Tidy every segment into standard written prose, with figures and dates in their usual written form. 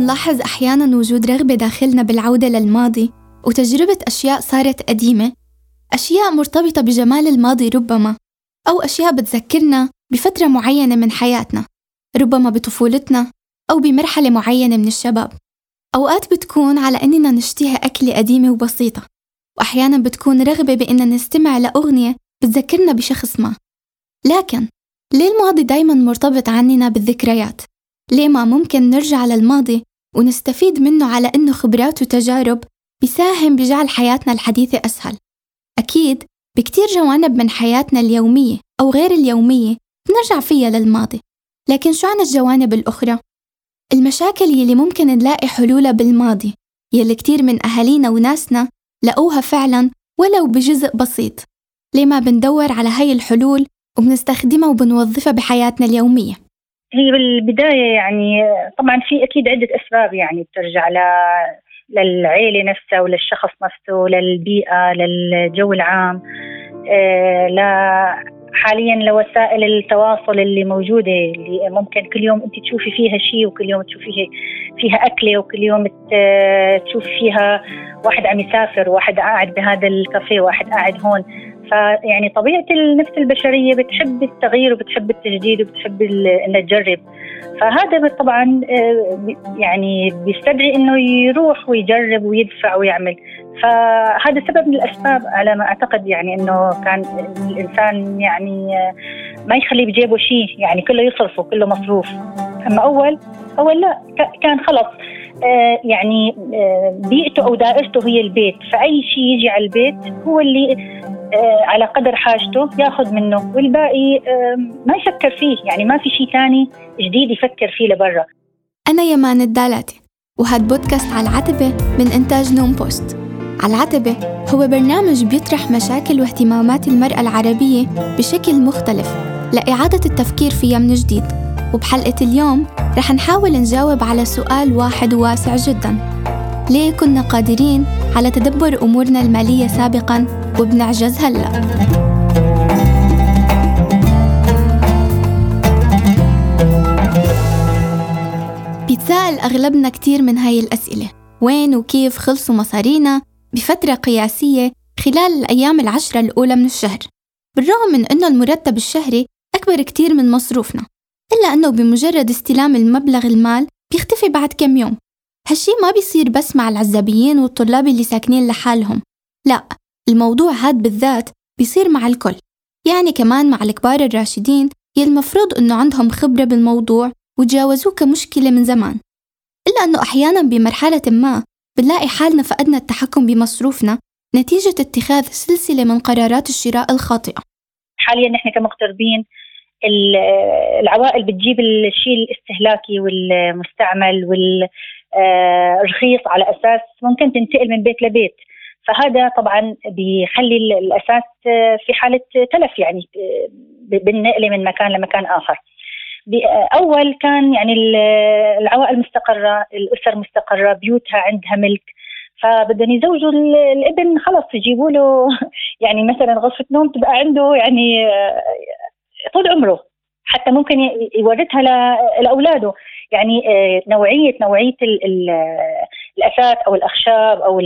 منلاحظ أحياناً وجود رغبة داخلنا بالعودة للماضي وتجربة أشياء صارت قديمة، أشياء مرتبطة بجمال الماضي ربما، أو أشياء بتذكرنا بفترة معينة من حياتنا، ربما بطفولتنا أو بمرحلة معينة من الشباب. أوقات بتكون على أننا نشتهي أكلة قديمة وبسيطة، وأحياناً بتكون رغبة بأننا نستمع لأغنية بتذكرنا بشخص ما. لكن ليه الماضي دايماً مرتبط عننا بالذكريات؟ ليه ما ممكن نرجع للماضي ونستفيد منه على أنه خبرات وتجارب بيساهم بجعل حياتنا الحديثة أسهل؟ أكيد بكتير جوانب من حياتنا اليومية أو غير اليومية بنرجع فيها للماضي، لكن شو عن الجوانب الأخرى؟ المشاكل يلي ممكن نلاقي حلولها بالماضي، يلي كتير من أهالينا وناسنا لقوها فعلاً ولو بجزء بسيط. ليه ما بندور على هاي الحلول وبنستخدمها وبنوظفها بحياتنا اليومية؟ هي بالبداية يعني طبعا في أكيد عدة أسباب يعني بترجع للعيلة نفسها وللشخص نفسه، للبيئة، للجو العام، حاليا لوسائل التواصل اللي موجودة، اللي ممكن كل يوم أنت تشوفي فيها شيء، وكل يوم تشوفي فيها أكلة، وكل يوم تشوفي فيها واحد عم يسافر، واحد قاعد بهذا الكافيه، واحد قاعد هون. فيعني طبيعة النفس البشرية بتحب التغيير وبتحب التجديد وبتحب إنها تجرب. فهذا طبعا يعني بيستدعي إنه يروح ويجرب ويدفع ويعمل. فهذا سبب من الأسباب على ما أعتقد، يعني إنه كان الإنسان يعني ما يخلي بجيبه شيء، يعني كله يصرفه، كله مصروف. أما أول لا، كان خلص يعني بيئته أو دائرته هي البيت، فأي شيء يجي على البيت هو اللي على قدر حاجته ياخذ منه، والباقي ما يفكر فيه، يعني ما في شيء تاني جديد يفكر فيه لبرا. أنا يمان الدالاتي، وهاد بودكاست على العتبة من إنتاج نوم بوست. على العتبة هو برنامج بيطرح مشاكل واهتمامات المرأة العربية بشكل مختلف لإعادة التفكير فيها من جديد. وبحلقة اليوم رح نحاول نجاوب على سؤال واحد واسع جداً: ليه كنا قادرين على تدبر أمورنا المالية سابقاً وبنعجز هلأ؟ بيتساءل أغلبنا كتير من هاي الأسئلة: وين وكيف خلصوا مصارينا بفترة قياسية خلال الأيام 10 الأولى من الشهر، بالرغم من أنه المرتب الشهري أكبر كتير من مصروفنا، إلا أنه بمجرد استلام المبلغ المال بيختفي بعد كم يوم. هالشي ما بيصير بس مع العزابيين والطلاب اللي ساكنين لحالهم، لا، الموضوع هاد بالذات بيصير مع الكل، يعني كمان مع الكبار الراشدين يلي المفروض أنه عندهم خبرة بالموضوع وتجاوزوه كمشكلة من زمان. إلا أنه أحياناً بمرحلة ما بنلاقي حالنا فقدنا التحكم بمصروفنا نتيجة اتخاذ سلسلة من قرارات الشراء الخاطئة. حالياً نحن كمغتربين العوائل بتجيب الشيء الاستهلاكي والمستعمل والرخيص على أساس ممكن تنتقل من بيت لبيت، فهذا طبعا بيخلي الأساس في حالة تلف، يعني بالنقل من مكان لمكان آخر. أول كان يعني العوائل مستقرة، الأسر مستقرة، بيوتها عندها ملك، فبدهم يزوجوا الابن خلص يجيبوا له يعني مثلا غرفة نوم تبقى عنده يعني طول عمره، حتى ممكن يورثها لأولاده. يعني نوعية الأثاث أو الأخشاب أو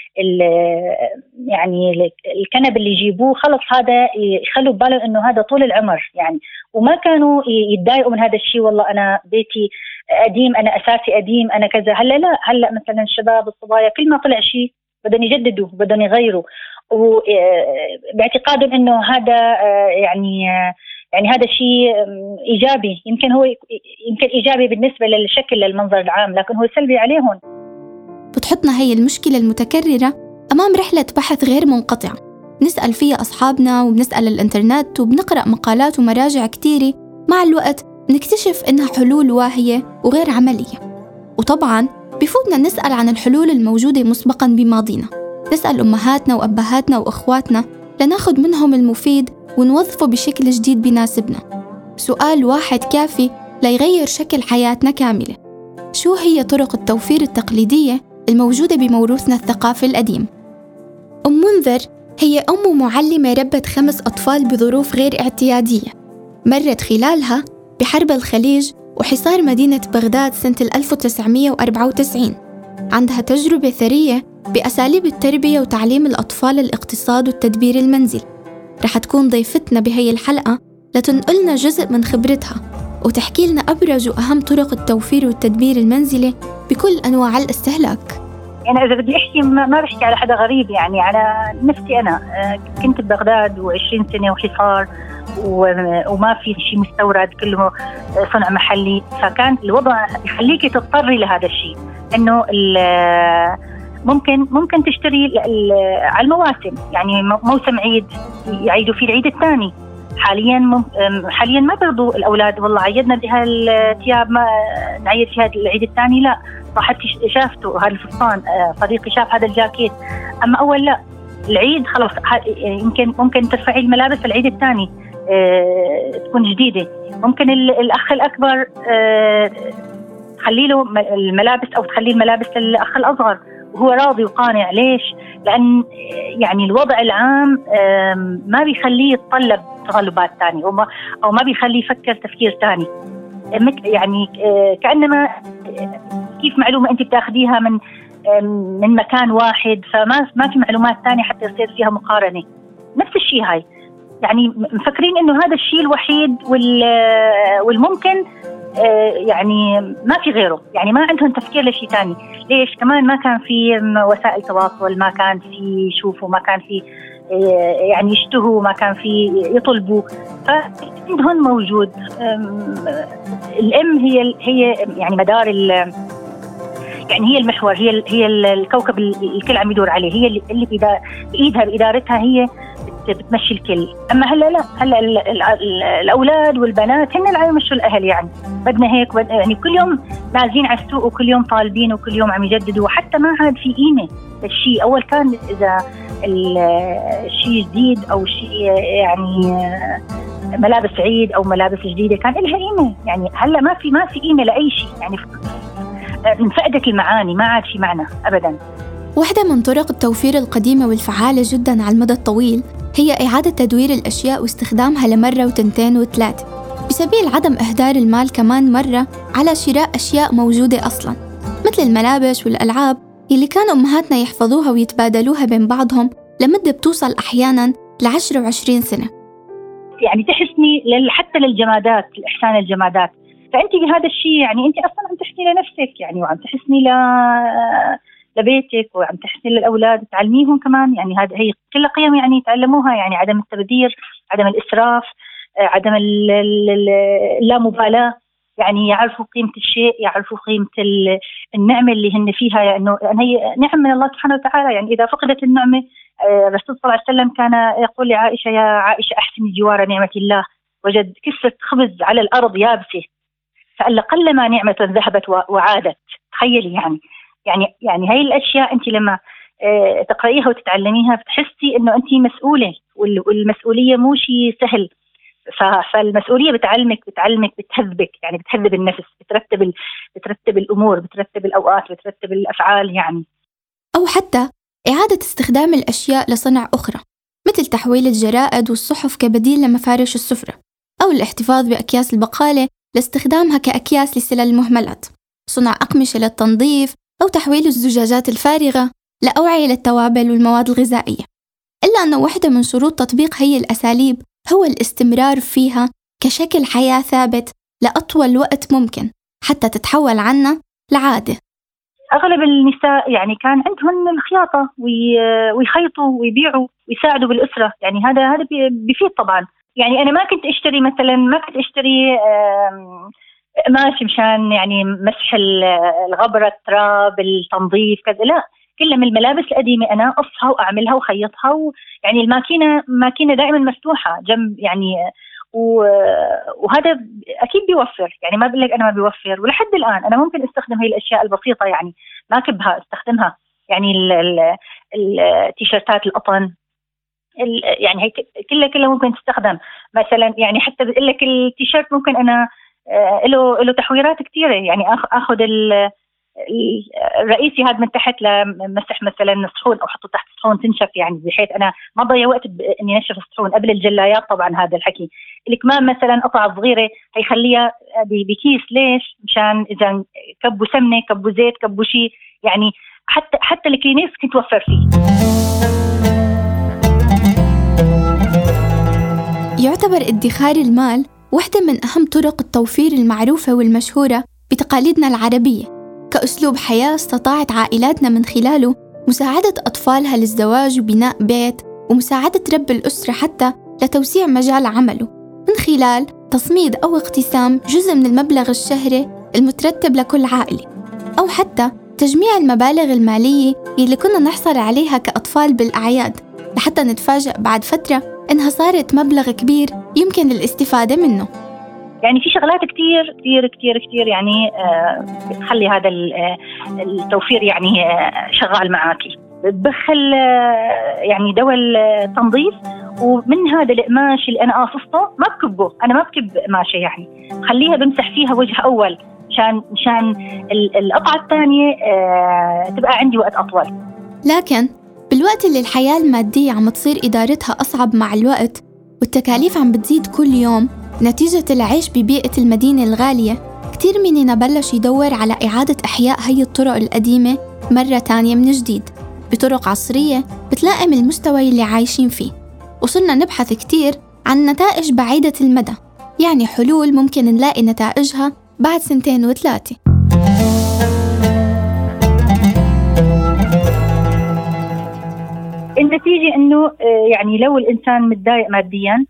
يعني الكنب اللي يجيبوه خلص هذا يخلوا ببالهم إنه هذا طول العمر يعني، وما كانوا يتضايقوا من هذا الشيء. والله أنا بيتي قديم، أنا أساسي قديم، أنا كذا. هلا مثلا الشباب الصبايا كل ما طلع شيء بدهم يجددوا، بدهم يغيروا، وباعتقادهم إنه هذا يعني هذا شيء إيجابي. يمكن إيجابي بالنسبة للشكل للمنظر العام، لكن هو سلبي عليهم. بتحطنا هي المشكلة المتكررة أمام رحلة بحث غير منقطعة نسأل فيها أصحابنا وبنسأل الإنترنت وبنقرأ مقالات ومراجع كتيرة. مع الوقت بنكتشف إنها حلول واهية وغير عملية، وطبعاً بفوتنا نسأل عن الحلول الموجودة مسبقاً بماضينا، نسأل أمهاتنا وأبهاتنا وأخواتنا لناخد منهم المفيد ونوظفه بشكل جديد بيناسبنا. سؤال واحد كافي ليغير شكل حياتنا كاملة: شو هي طرق التوفير التقليدية الموجودة بموروثنا الثقافي القديم؟ أم منذر هي أم ومعلمة ربت 5 أطفال بظروف غير اعتيادية، مرت خلالها بحرب الخليج وحصار مدينة بغداد سنة 1994. عندها تجربة ثرية بأساليب التربية وتعليم الأطفال الاقتصاد والتدبير المنزلي. رح تكون ضيفتنا بهي الحلقة لتنقلنا جزء من خبرتها وتحكي لنا أبرز وأهم طرق التوفير والتدبير المنزلي بكل أنواع الاستهلاك. أنا إذا بدي أحكي ما بحكي على حدا غريب، يعني على نفسي أنا. كنت ببغداد و20 سنة وحصار وما في شيء مستورد، كله صنع محلي، فكان الوضع يخليكي تضطري لهذا الشيء، إنه ممكن تشتري على المواسم، يعني موسم عيد يعيدوا فيه العيد الثاني. حاليا ما برضو الأولاد والله عيدنا بها الثياب ما نعيد فيها العيد الثاني، لا راحت شافته هذا الفستان، صديقي شاف هذا الجاكيت. أما أول لا، العيد خلاص ممكن ترفعي الملابس العيد الثاني تكون جديدة. ممكن الأخ الأكبر تخلي له الملابس أو تخلي الملابس للأخ الأصغر وهو راضي وقانع. ليش؟ لأن يعني الوضع العام ما بيخليه يتطلب تطلبات ثانية أو ما بيخليه يفكر تفكير ثاني. يعني كأنما كيف معلومة أنت بتاخديها من مكان واحد، فما في معلومات ثانية حتى يصير فيها مقارنة. نفس الشيء هاي، يعني مفكرين إنه هذا الشيء الوحيد والممكن، يعني ما في غيره، يعني ما عندهم تفكير لشيء تاني. ليش؟ كمان ما كان في وسائل تواصل، ما كان في يشوفوا، ما كان في يعني يشتهوا، ما كان في يطلبوا، فعندهم موجود. الأم هي يعني مدار يعني هي المحور، هي الكوكب الكل عم يدور عليه، هي اللي بإيدها بإدارتها هي بتمشي الكل. أما هلا لا، هلا الأولاد والبنات هن اللي عم يمشوا الأهل، يعني بدنا هيك يعني كل يوم نازلين على السوق وكل يوم طالبين وكل يوم عم يجددوا، وحتى ما عاد في قيمة للشيء. أول كان إذا الشيء جديد أو شيء يعني ملابس عيد أو ملابس جديدة كان لها قيمة، يعني هلا ما في قيمة لأي شيء، يعني انفقدت المعاني، ما عاد في معنى أبداً. واحدة من طرق التوفير القديمة والفعالة جداً على المدى الطويل هي إعادة تدوير الأشياء واستخدامها لمرة وتنتين وثلاثة، بسبيل عدم إهدار المال كمان مرة على شراء أشياء موجودة أصلاً، مثل الملابس والألعاب اللي كانوا أمهاتنا يحفظوها ويتبادلوها بين بعضهم لمدة بتوصل أحياناً ل10 و20 سنة. يعني تحسني حتى للجمادات، لإحسان الجمادات. فأنت بهذا الشيء يعني أنت أصلاً عم تحسني لنفسك، يعني وعم تحسني لبيتك وعم تحسني للأولاد، تعلميهم كمان. يعني هي كل قيم يعني يتعلموها، يعني عدم التبذير، عدم الإسراف، عدم اللامبالاة، يعني يعرفوا قيمة الشيء، يعرفوا قيمة النعمة اللي هن فيها، يعني هي نعم من الله سبحانه وتعالى. يعني إذا فقدت النعمة، الرسول صلى الله عليه وسلم كان يقول لعائشة: يا عائشة أحسني جوار نعمة الله. وجد كسة خبز على الأرض يابسة، فقال قلما نعمة ذهبت وعادت. تخيلي يعني هاي الأشياء أنت لما تقرأيها وتتعلميها بتحسي إنه أنت مسؤولة، والمسؤولية مو شيء سهل. فالمسؤولية بتعلمك بتهذبك، يعني بتهذب النفس، بترتب الأمور، بترتب الأوقات، بترتب الأفعال يعني. أو حتى إعادة استخدام الأشياء لصنع أخرى، مثل تحويل الجرائد والصحف كبديل لمفارش السفرة، أو الاحتفاظ بأكياس البقالة لاستخدامها كأكياس لسلال المهملات، صنع أقمشة للتنظيف، أو تحويل الزجاجات الفارغة لأوعية للتوابل والمواد الغذائية. إلا أن واحدة من شروط تطبيق هي الأساليب هو الاستمرار فيها كشكل حياة ثابت لأطول وقت ممكن حتى تتحول عنا لعادة. أغلب النساء يعني كان عندهم الخياطة، ويخيطوا ويبيعوا ويساعدوا بالأسرة، يعني هذا بيفيد طبعا. يعني أنا ما كنت أشتري قماش مشان يعني مسح الغبرة، التراب، التنظيف كذا، لا، كلها من الملابس القديمة أنا أقصها وأعملها وخيطها، يعني الماكينة دائما مفتوحة جنب يعني، وهذا أكيد بيوفر. يعني ما بقول لك أنا ما بيوفر، ولحد الآن أنا ممكن أستخدم هاي الأشياء البسيطة، يعني ما كبها استخدمها. يعني التيشيرتات القطن، يعني هي كلها ممكن تستخدم. مثلا يعني حتى بقول لك التيشيرت ممكن أنا له تحويرات كثيرة، يعني أخذ الرئيسي هذا من تحت لمسح مثلا الصحون او حطه تحت الصحون تنشف، يعني بحيث انا ما ضيع وقت اني نشف الصحون قبل الجلايات. طبعا هذا الحكي. الكمام مثلا قطعه صغيره هيخليها بكيس، ليش؟ مشان اذا كبوا سمنه كبوا زيت كبوا شيء، يعني حتى الكلينكس كنت توفر فيه. يعتبر ادخار المال واحدة من أهم طرق التوفير المعروفة والمشهورة بتقاليدنا العربية، كأسلوب حياة استطاعت عائلاتنا من خلاله مساعدة أطفالها للزواج وبناء بيت، ومساعدة رب الأسرة حتى لتوسيع مجال عمله من خلال تصميد أو اقتسام جزء من المبلغ الشهري المترتب لكل عائلة، أو حتى تجميع المبالغ المالية اللي كنا نحصل عليها كأطفال بالأعياد، لحتى نتفاجأ بعد فترة إنها صارت مبلغ كبير يمكن الاستفادة منه. يعني في شغلات كتير كتير كتير كتير يعني بتخلي هذا التوفير يعني شغال معاكي. بدخل يعني دول تنظيف، ومن هذا القماش اللي أنا قاصصته ما بكبه، أنا ما بكب قماشة، يعني خليها بمسح فيها وجه أول مشان القطعة الثانية تبقى عندي وقت أطول. لكن بالوقت اللي الحياة المادية عم تصير إدارتها أصعب مع الوقت، والتكاليف عم بتزيد كل يوم نتيجة العيش ببيئة المدينة الغالية، كتير مننا بلش يدور على إعادة إحياء هي الطرق القديمة مرة تانية من جديد بطرق عصرية بتلائم المستوى اللي عايشين فيه. وصرنا نبحث كتير عن نتائج بعيدة المدى، يعني حلول ممكن نلاقي نتائجها بعد 2 و 3. النتيجة إنه يعني لو الإنسان متضايق مادياً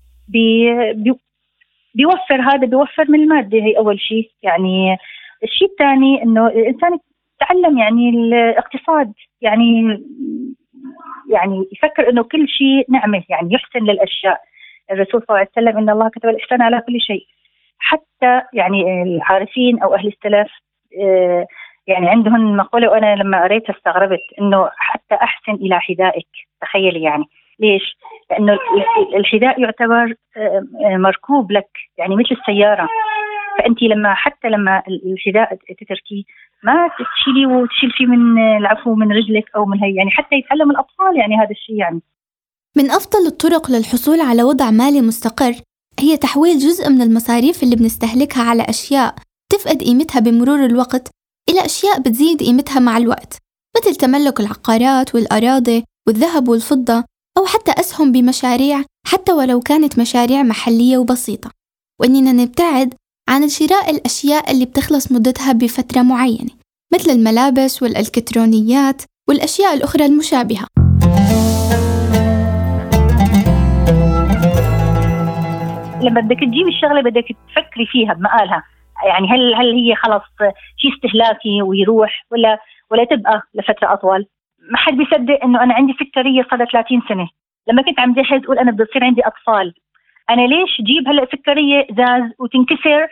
بيوفر من المادة، هي أول شيء. يعني الشيء الثاني إنه الإنسان يتعلم يعني الاقتصاد، يعني يفكر إنه كل شيء نعمة، يعني يحسن للأشياء. الرسول صلى الله عليه وسلم إن الله كتب الإحسان على كل شيء. حتى يعني العارفين أو أهل السلف يعني عندهم مقولة، وأنا لما قريتها استغربت، إنه حتى أحسن إلى حذائك. تخيلي يعني ليش؟ لأنه الحذاء يعتبر مركوب لك، يعني مثل السيارة. فأنت حتى لما الحذاء تتركيه ما تشيلي وتشيل فيه من العفو من رجلك أو من هي، يعني حتى يتعلم الأطفال يعني هذا الشيء. يعني من أفضل الطرق للحصول على وضع مالي مستقر هي تحويل جزء من المصاريف اللي بنستهلكها على أشياء تفقد قيمتها بمرور الوقت إلى أشياء بتزيد قيمتها مع الوقت، مثل تملك العقارات والأراضي والذهب والفضة، أو حتى أسهم بمشاريع حتى ولو كانت مشاريع محلية وبسيطة. وإننا نبتعد عن شراء الأشياء اللي بتخلص مدتها بفترة معينة، مثل الملابس والإلكترونيات والأشياء الأخرى المشابهة. لما بدك تجيب الشغلة بدك تفكري فيها بمقالها، يعني هل هي خلص شيء استهلاكي ويروح ولا تبقى لفترة أطول. ما حد بيصدق إنه أنا عندي سكرية صار 30 سنة. لما كنت عم جهز أقول أنا بدي يصير عندي أطفال، أنا ليش جيب هلأ سكرية زاز وتنكسر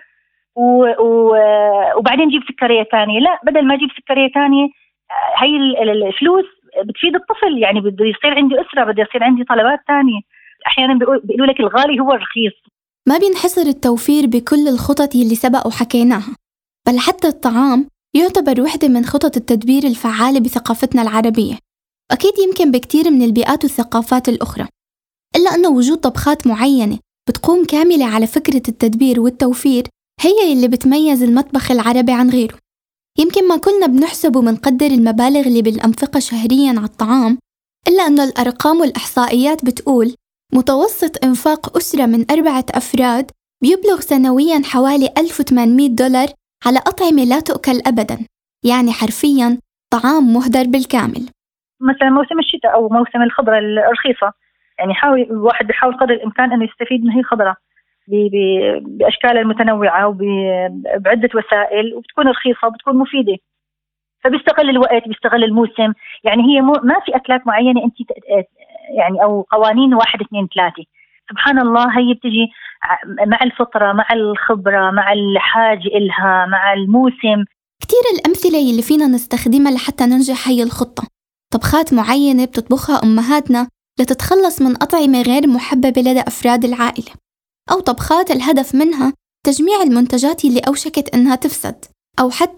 وبعدين جيب سكرية ثانية؟ لا، بدل ما أجيب سكرية ثانية هاي الفلوس بتفيد الطفل، يعني بده يصير عندي أسرة، بده يصير عندي طلبات ثانية. أحيانا بيقولوا لك الغالي هو الرخيص. ما بينحصر التوفير بكل الخطط اللي سبق وحكيناها، بل حتى الطعام يعتبر واحدة من خطط التدبير الفعالة بثقافتنا العربية، أكيد يمكن بكتير من البيئات والثقافات الأخرى، إلا أنه وجود طبخات معينة بتقوم كاملة على فكرة التدبير والتوفير هي اللي بتميز المطبخ العربي عن غيره. يمكن ما كلنا بنحسب ومنقدر المبالغ اللي بالأنفقة شهرياً على الطعام، إلا أنه الأرقام والإحصائيات بتقول متوسط إنفاق أسرة من 4 أفراد بيبلغ سنوياً حوالي $1800 على أطعمة لا تؤكل أبداً، يعني حرفياً طعام مهدر بالكامل. مثلا موسم الشتاء أو موسم الخضرة الرخيصة، يعني الواحد بيحاول قدر الإمكان أنه يستفيد من هي الخضرة بأشكالها المتنوعة وبعدة وسائل، وبتكون رخيصة وبتكون مفيدة. فبيستغل الوقت، بيستغل الموسم. يعني هي ما في أكلات معينة أنت يعني أو قوانين 1 2 3. سبحان الله، هي بتجي مع الفطرة مع الخبرة مع الحاجة إلها مع الموسم. كتير الأمثلة اللي فينا نستخدمها لحتى ننجح هي الخطة. طبخات معينة بتطبخها أمهاتنا لتتخلص من أطعمة غير محببة لدى أفراد العائلة، أو طبخات الهدف منها تجميع المنتجات اللي أوشكت إنها تفسد، أو حتى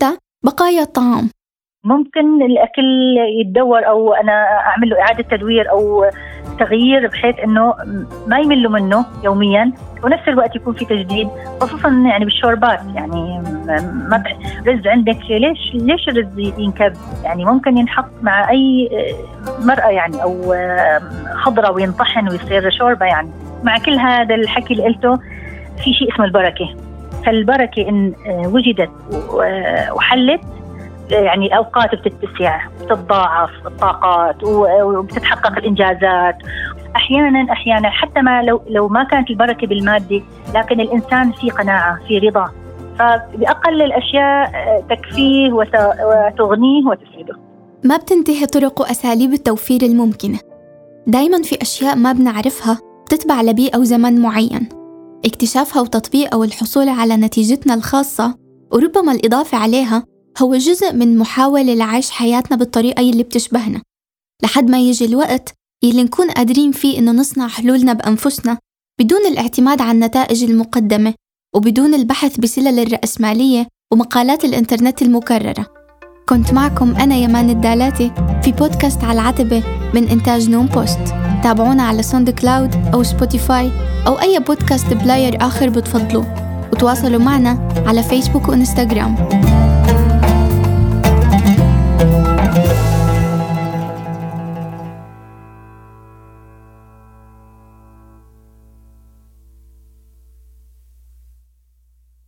بقايا الطعام. ممكن الأكل يتدور أو أنا أعمل له إعادة تدوير أو تغيير بحيث إنه ما يملوا منه يوميا، ونفس الوقت يكون في تجديد، خصوصا يعني بالشوربات. يعني ما رز عندك ليش الرز ينكب؟ يعني ممكن ينحط مع أي مرقة يعني أو خضرة وينطحن ويصير شوربة. يعني مع كل هذا الحكي اللي قلته في شيء اسمه البركة. فالبركة إن وجدت وحلت يعني الأوقات بتتسع، بتتضاعف الطاقات وبتتحقق الإنجازات. أحيانا حتى ما لو ما كانت البركة بالمادة، لكن الإنسان في قناعة، في رضا، فبأقل الأشياء تكفيه وتغنيه وتسعده. ما بتنتهي طرق وأساليب التوفير الممكنة، دايما في أشياء ما بنعرفها بتتبع لبيئة وزمن معين. اكتشافها وتطبيقها والحصول على نتيجتنا الخاصة وربما الإضافة عليها هو جزء من محاولة لعيش حياتنا بالطريقة اللي بتشبهنا، لحد ما يجي الوقت اللي نكون قادرين فيه إنه نصنع حلولنا بأنفسنا بدون الاعتماد على النتائج المقدمة وبدون البحث بسلل الرأسمالية ومقالات الإنترنت المكررة. كنت معكم أنا يمان الدالاتي في بودكاست على العتبة من إنتاج نوم بوست. تابعونا على ساوند كلاود أو سبوتيفاي أو أي بودكاست بلاير آخر بتفضلوه، وتواصلوا معنا على فيسبوك وإنستغرام.